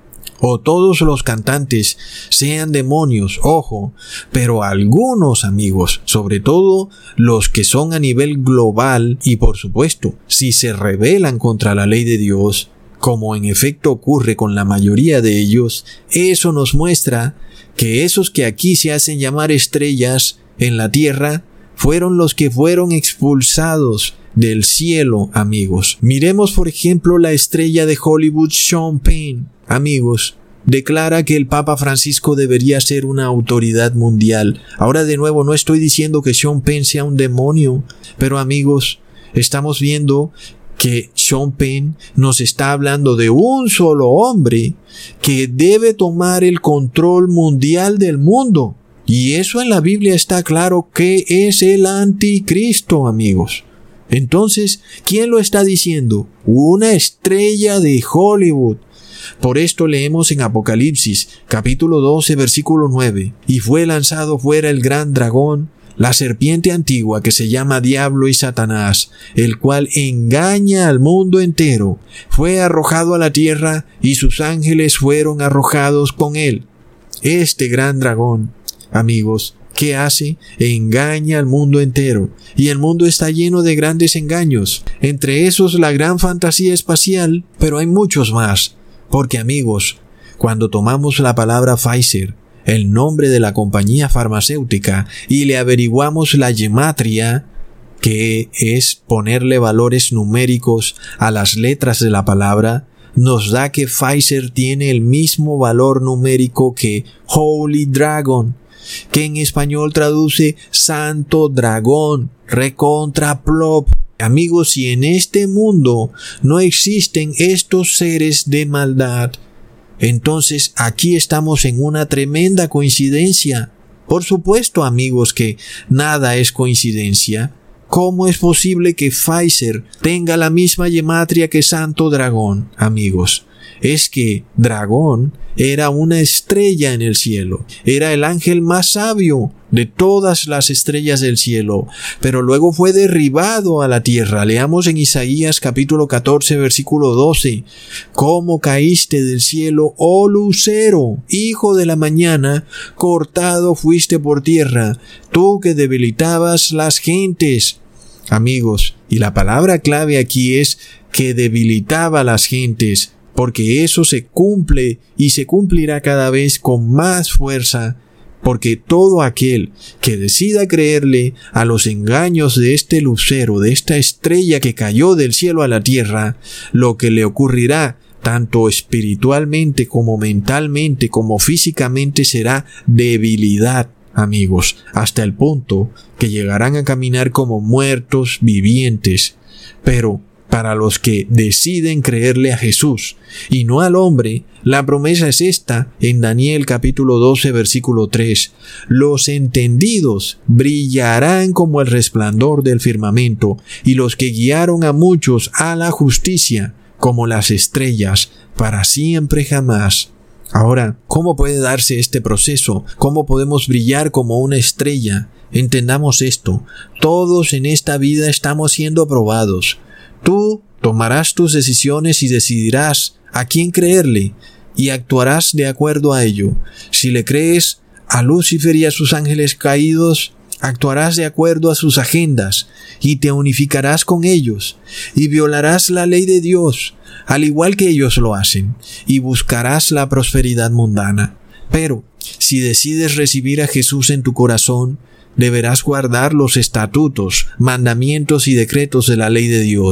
o todos los cantantes sean demonios, ojo, pero algunos, amigos, sobre todo los que son a nivel global y por supuesto, si se rebelan contra la ley de Dios, como en efecto ocurre con la mayoría de ellos, eso nos muestra que esos que aquí se hacen llamar estrellas en la tierra fueron los que fueron expulsados del cielo, amigos. Miremos por ejemplo la estrella de Hollywood, Sean Penn, amigos. Declara que el Papa Francisco debería ser una autoridad mundial. Ahora de nuevo no estoy diciendo que Sean Penn sea un demonio, pero amigos, estamos viendo que Sean Penn nos está hablando de un solo hombre que debe tomar el control mundial del mundo. Y eso en la Biblia está claro que es el anticristo, amigos. Entonces, ¿quién lo está diciendo? Una estrella de Hollywood. Por esto leemos en Apocalipsis, capítulo doce, versículo nueve. Y fue lanzado fuera el gran dragón, la serpiente antigua que se llama Diablo y Satanás, el cual engaña al mundo entero. Fue arrojado a la tierra y sus ángeles fueron arrojados con él. Este gran dragón, amigos, ¿qué hace? Engaña al mundo entero. Y el mundo está lleno de grandes engaños. Entre esos la gran fantasía espacial, pero hay muchos más. Porque, amigos, cuando tomamos la palabra Pfizer, el nombre de la compañía farmacéutica, y le averiguamos la gematria, que es ponerle valores numéricos a las letras de la palabra, nos da que Pfizer tiene el mismo valor numérico que Holy Dragon, que en español traduce Santo Dragón, recontra plop. Amigos, si en este mundo no existen estos seres de maldad, entonces aquí estamos en una tremenda coincidencia. Por supuesto, amigos, que nada es coincidencia. ¿Cómo es posible que Pfizer tenga la misma gematria que Santo Dragón, amigos? Es que Dragón era una estrella en el cielo, era el ángel más sabio de todas las estrellas del cielo, pero luego fue derribado a la tierra. Leamos en Isaías capítulo catorce, versículo doce. ¿Cómo caíste del cielo, oh lucero, hijo de la mañana? Cortado fuiste por tierra, tú que debilitabas las gentes. Amigos, y la palabra clave aquí es que debilitaba las gentes, porque eso se cumple y se cumplirá cada vez con más fuerza, porque todo aquel que decida creerle a los engaños de este lucero, de esta estrella que cayó del cielo a la tierra, lo que le ocurrirá tanto espiritualmente como mentalmente como físicamente será debilidad, amigos, hasta el punto que llegarán a caminar como muertos vivientes. Pero para los que deciden creerle a Jesús y no al hombre, la promesa es esta en Daniel capítulo doce versículo tres. Los entendidos brillarán como el resplandor del firmamento, y los que guiaron a muchos a la justicia como las estrellas para siempre jamás. Ahora, ¿cómo puede darse este proceso? ¿Cómo podemos brillar como una estrella? Entendamos esto. Todos en esta vida estamos siendo probados. Tú tomarás tus decisiones y decidirás a quién creerle y actuarás de acuerdo a ello. Si le crees a Lucifer y a sus ángeles caídos, actuarás de acuerdo a sus agendas y te unificarás con ellos y violarás la ley de Dios, al igual que ellos lo hacen, y buscarás la prosperidad mundana. Pero si decides recibir a Jesús en tu corazón, deberás guardar los estatutos, mandamientos y decretos de la ley de Dios,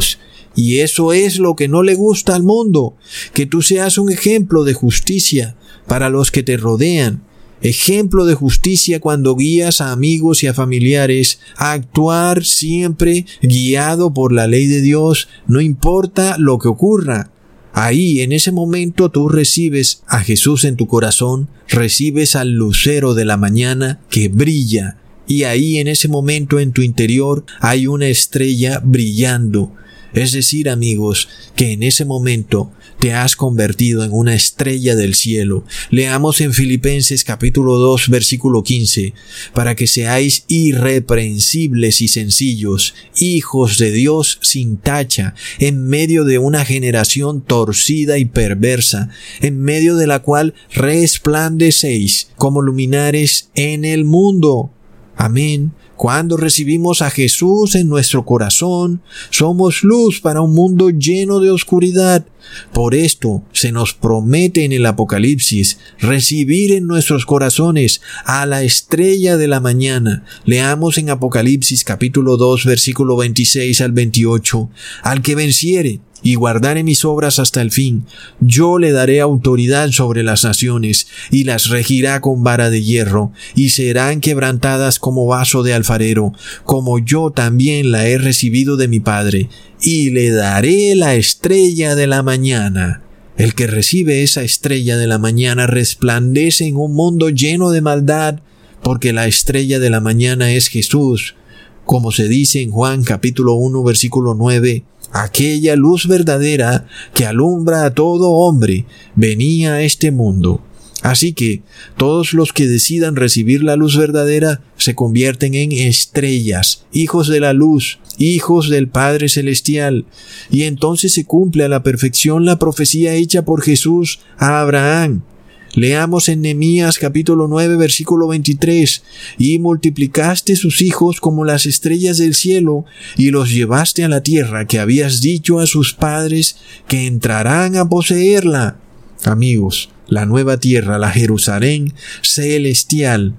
Y eso es lo que no le gusta al mundo, que tú seas un ejemplo de justicia para los que te rodean. Ejemplo de justicia cuando guías a amigos y a familiares a actuar siempre guiado por la ley de Dios, no importa lo que ocurra. Ahí, en ese momento, tú recibes a Jesús en tu corazón, recibes al lucero de la mañana que brilla, y ahí en ese momento en tu interior hay una estrella brillando. Es decir, amigos, que en ese momento te has convertido en una estrella del cielo. Leamos en Filipenses capítulo dos, versículo quince, para que seáis irreprensibles y sencillos, hijos de Dios sin tacha, en medio de una generación torcida y perversa, en medio de la cual resplandecéis como luminares en el mundo. Amén. Cuando recibimos a Jesús en nuestro corazón, somos luz para un mundo lleno de oscuridad. Por esto se nos promete en el Apocalipsis recibir en nuestros corazones a la estrella de la mañana. Leamos en Apocalipsis capítulo dos, versículo veintiséis al veintiocho. Al que venciere y guardare mis obras hasta el fin, yo le daré autoridad sobre las naciones, y las regirá con vara de hierro, y serán quebrantadas como vaso de alfarero, como yo también la he recibido de mi Padre, y le daré la estrella de la mañana. El que recibe esa estrella de la mañana resplandece en un mundo lleno de maldad, porque la estrella de la mañana es Jesús. Como se dice en Juan capítulo uno, versículo nueve, aquella luz verdadera que alumbra a todo hombre venía a este mundo. Así que todos los que decidan recibir la luz verdadera se convierten en estrellas, hijos de la luz, hijos del Padre Celestial. Y entonces se cumple a la perfección la profecía hecha por Jesús a Abraham. Leamos en Nehemías capítulo nueve, versículo veintitrés. Y multiplicaste sus hijos como las estrellas del cielo, y los llevaste a la tierra que habías dicho a sus padres que entrarán a poseerla. Amigos, la nueva tierra, la Jerusalén celestial.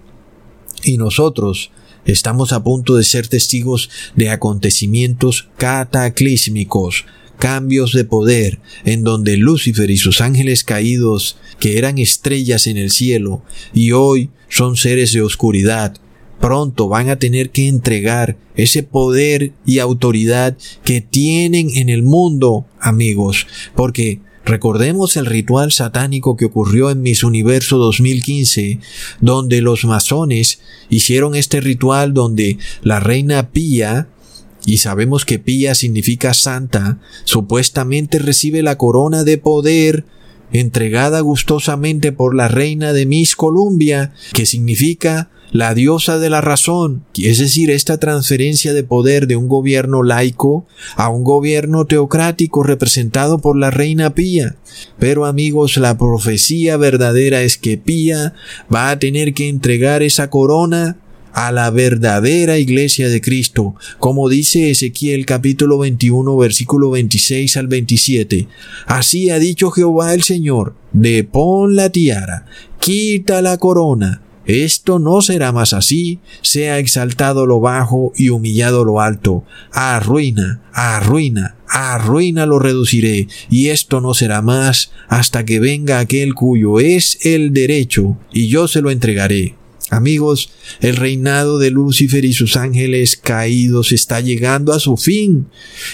Y nosotros estamos a punto de ser testigos de acontecimientos cataclísmicos, cambios de poder, en donde Lucifer y sus ángeles caídos, que eran estrellas en el cielo, y hoy son seres de oscuridad, pronto van a tener que entregar ese poder y autoridad que tienen en el mundo, amigos, porque recordemos el ritual satánico que ocurrió en Miss Universo dos mil quince, donde los masones hicieron este ritual donde la reina Pía, y sabemos que Pía significa santa, supuestamente recibe la corona de poder entregada gustosamente por la reina de Miss Columbia, que significa la diosa de la razón, es decir, esta transferencia de poder de un gobierno laico a un gobierno teocrático representado por la reina Pía. Pero amigos, la profecía verdadera es que Pía va a tener que entregar esa corona a la verdadera iglesia de Cristo, como dice Ezequiel capítulo veintiuno, versículo veintiséis al veintisiete. Así ha dicho Jehová el Señor: depón la tiara, quita la corona. Esto no será más así, sea exaltado lo bajo y humillado lo alto. Arruina, arruina, arruina lo reduciré, y esto no será más hasta que venga aquel cuyo es el derecho, y yo se lo entregaré. Amigos, el reinado de Lucifer y sus ángeles caídos está llegando a su fin,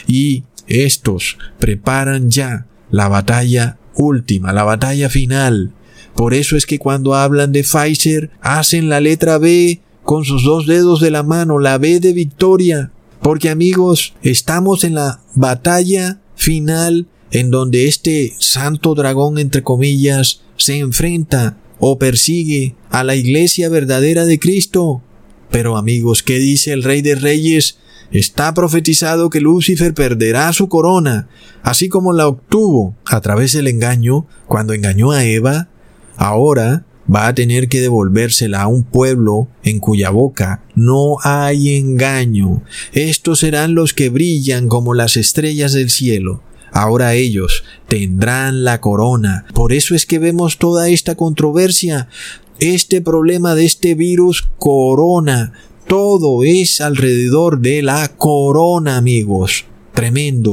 y estos preparan ya la batalla última, la batalla final. Por eso es que cuando hablan de Pfizer, hacen la letra B con sus dos dedos de la mano, la B de victoria. Porque amigos, estamos en la batalla final en donde este santo dragón, entre comillas, se enfrenta o persigue a la iglesia verdadera de Cristo. Pero amigos, ¿qué dice el Rey de Reyes? Está profetizado que Lucifer perderá su corona, así como la obtuvo a través del engaño cuando engañó a Eva. Ahora va a tener que devolvérsela a un pueblo en cuya boca no hay engaño. Estos serán los que brillan como las estrellas del cielo. Ahora ellos tendrán la corona. Por eso es que vemos toda esta controversia, este problema de este virus corona. Todo es alrededor de la corona, amigos. Tremendo.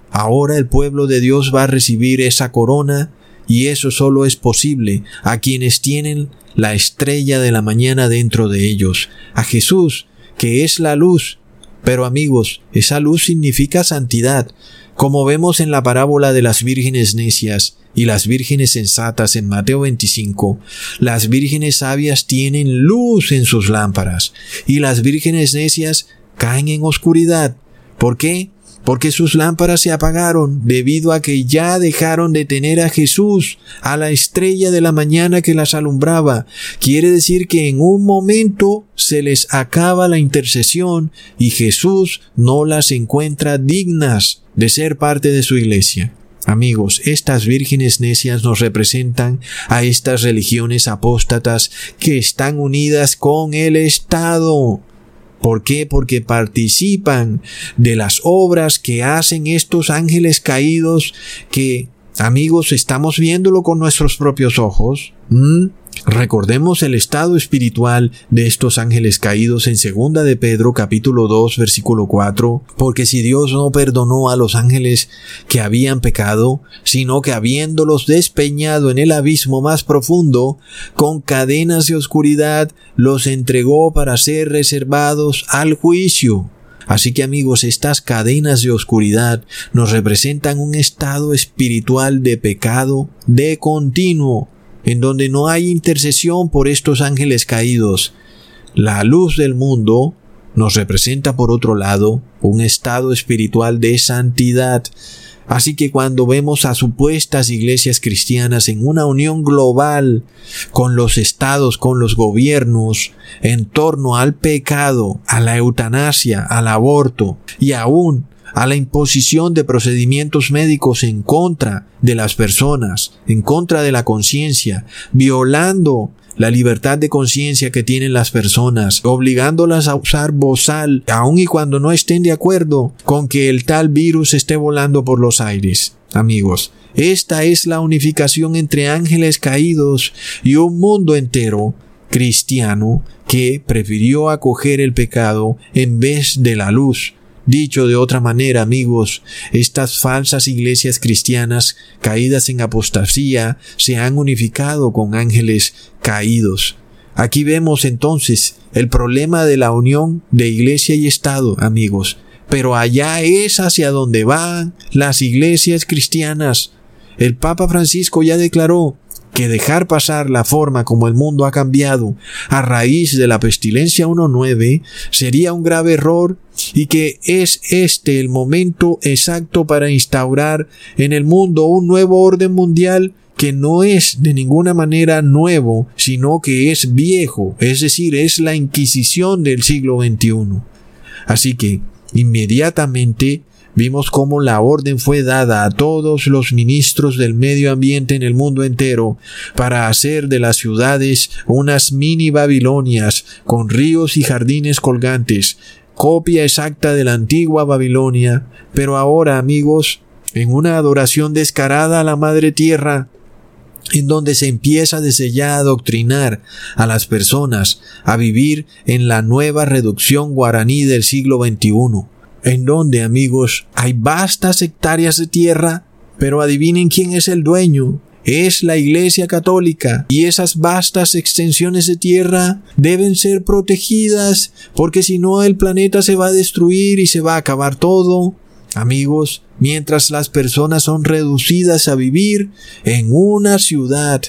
Ahora el pueblo de Dios va a recibir esa corona, y eso solo es posible a quienes tienen la estrella de la mañana dentro de ellos, a Jesús, que es la luz. Pero amigos, esa luz significa santidad, como vemos en la parábola de las vírgenes necias y las vírgenes sensatas en Mateo veinticinco. Las vírgenes sabias tienen luz en sus lámparas, y las vírgenes necias caen en oscuridad. ¿Por qué? Porque sus lámparas se apagaron debido a que ya dejaron de tener a Jesús, a la estrella de la mañana que las alumbraba. Quiere decir que en un momento se les acaba la intercesión y Jesús no las encuentra dignas de ser parte de su iglesia. Amigos, estas vírgenes necias nos representan a estas religiones apóstatas que están unidas con el Estado. ¿Por qué? Porque participan de las obras que hacen estos ángeles caídos que, amigos, estamos viéndolo con nuestros propios ojos. ¿Mm? Recordemos el estado espiritual de estos ángeles caídos en segunda de Pedro capítulo dos versículo cuatro, porque si Dios no perdonó a los ángeles que habían pecado, sino que habiéndolos despeñado en el abismo más profundo, con cadenas de oscuridad, los entregó para ser reservados al juicio. Así que amigos, estas cadenas de oscuridad nos representan un estado espiritual de pecado de continuo, en donde no hay intercesión por estos ángeles caídos. La luz del mundo nos representa, por otro lado, un estado espiritual de santidad. Así que cuando vemos a supuestas iglesias cristianas en una unión global con los estados, con los gobiernos, en torno al pecado, a la eutanasia, al aborto y aún a la imposición de procedimientos médicos en contra de las personas, en contra de la conciencia, violando la libertad de conciencia que tienen las personas, obligándolas a usar bozal, aun y cuando no estén de acuerdo con que el tal virus esté volando por los aires. Amigos, esta es la unificación entre ángeles caídos y un mundo entero cristiano que prefirió acoger el pecado en vez de la luz. Dicho de otra manera, amigos, estas falsas iglesias cristianas caídas en apostasía se han unificado con ángeles caídos. Aquí vemos entonces el problema de la unión de iglesia y Estado, amigos. Pero allá es hacia donde van las iglesias cristianas. El Papa Francisco ya declaró que dejar pasar la forma como el mundo ha cambiado a raíz de la pestilencia diecinueve sería un grave error, y que es este el momento exacto para instaurar en el mundo un nuevo orden mundial que no es de ninguna manera nuevo, sino que es viejo, es decir, es la Inquisición del siglo veintiuno. Así que inmediatamente vimos cómo la orden fue dada a todos los ministros del medio ambiente en el mundo entero para hacer de las ciudades unas mini Babilonias con ríos y jardines colgantes, copia exacta de la antigua Babilonia, pero ahora, amigos, en una adoración descarada a la Madre Tierra, en donde se empieza desde ya a adoctrinar a las personas a vivir en la nueva reducción guaraní del siglo veintiuno. En donde, amigos, hay vastas hectáreas de tierra, pero adivinen quién es el dueño. Es la Iglesia Católica, y esas vastas extensiones de tierra deben ser protegidas, porque si no el planeta se va a destruir y se va a acabar todo. Amigos, mientras las personas son reducidas a vivir en una ciudad,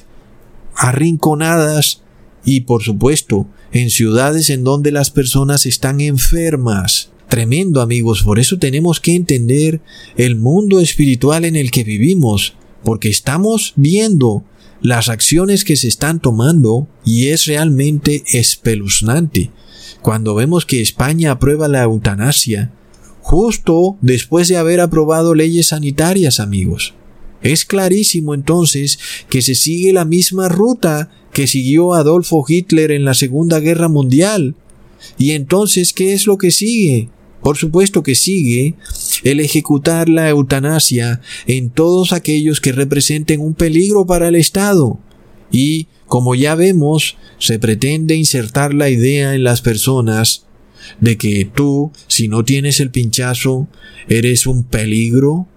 arrinconadas, y por supuesto, en ciudades en donde las personas están enfermas. Tremendo, amigos, por eso tenemos que entender el mundo espiritual en el que vivimos, porque estamos viendo las acciones que se están tomando y es realmente espeluznante. Cuando vemos que España aprueba la eutanasia, justo después de haber aprobado leyes sanitarias, amigos. Es clarísimo entonces que se sigue la misma ruta que siguió Adolfo Hitler en la Segunda Guerra Mundial. Y entonces, ¿qué es lo que sigue? Por supuesto que sigue el ejecutar la eutanasia en todos aquellos que representen un peligro para el Estado. Y, como ya vemos, se pretende insertar la idea en las personas de que tú, si no tienes el pinchazo, eres un peligro,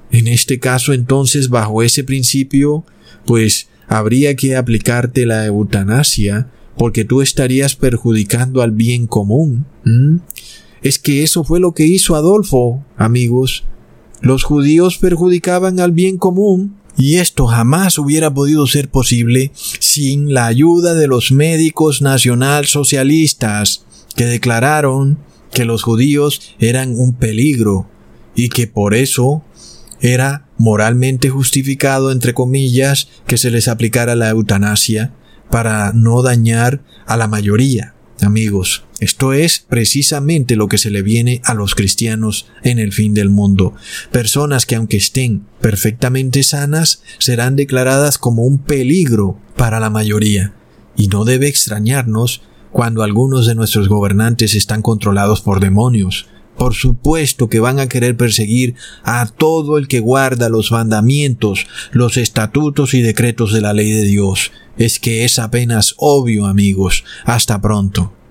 En este caso, entonces, bajo ese principio, pues habría que aplicarte la eutanasia, porque tú estarías perjudicando al bien común. ¿Mm? Es que eso fue lo que hizo Adolfo, amigos. Los judíos perjudicaban al bien común, y esto jamás hubiera podido ser posible sin la ayuda de los médicos nacionalsocialistas, que declararon que los judíos eran un peligro y que por eso era moralmente justificado, entre comillas, que se les aplicara la eutanasia para no dañar a la mayoría. Amigos, esto es precisamente lo que se le viene a los cristianos en el fin del mundo. Personas que, aunque estén perfectamente sanas, serán declaradas como un peligro para la mayoría. Y no debe extrañarnos cuando algunos de nuestros gobernantes están controlados por demonios. Por supuesto que van a querer perseguir a todo el que guarda los mandamientos, los estatutos y decretos de la ley de Dios. Es que es apenas obvio, amigos. Hasta pronto.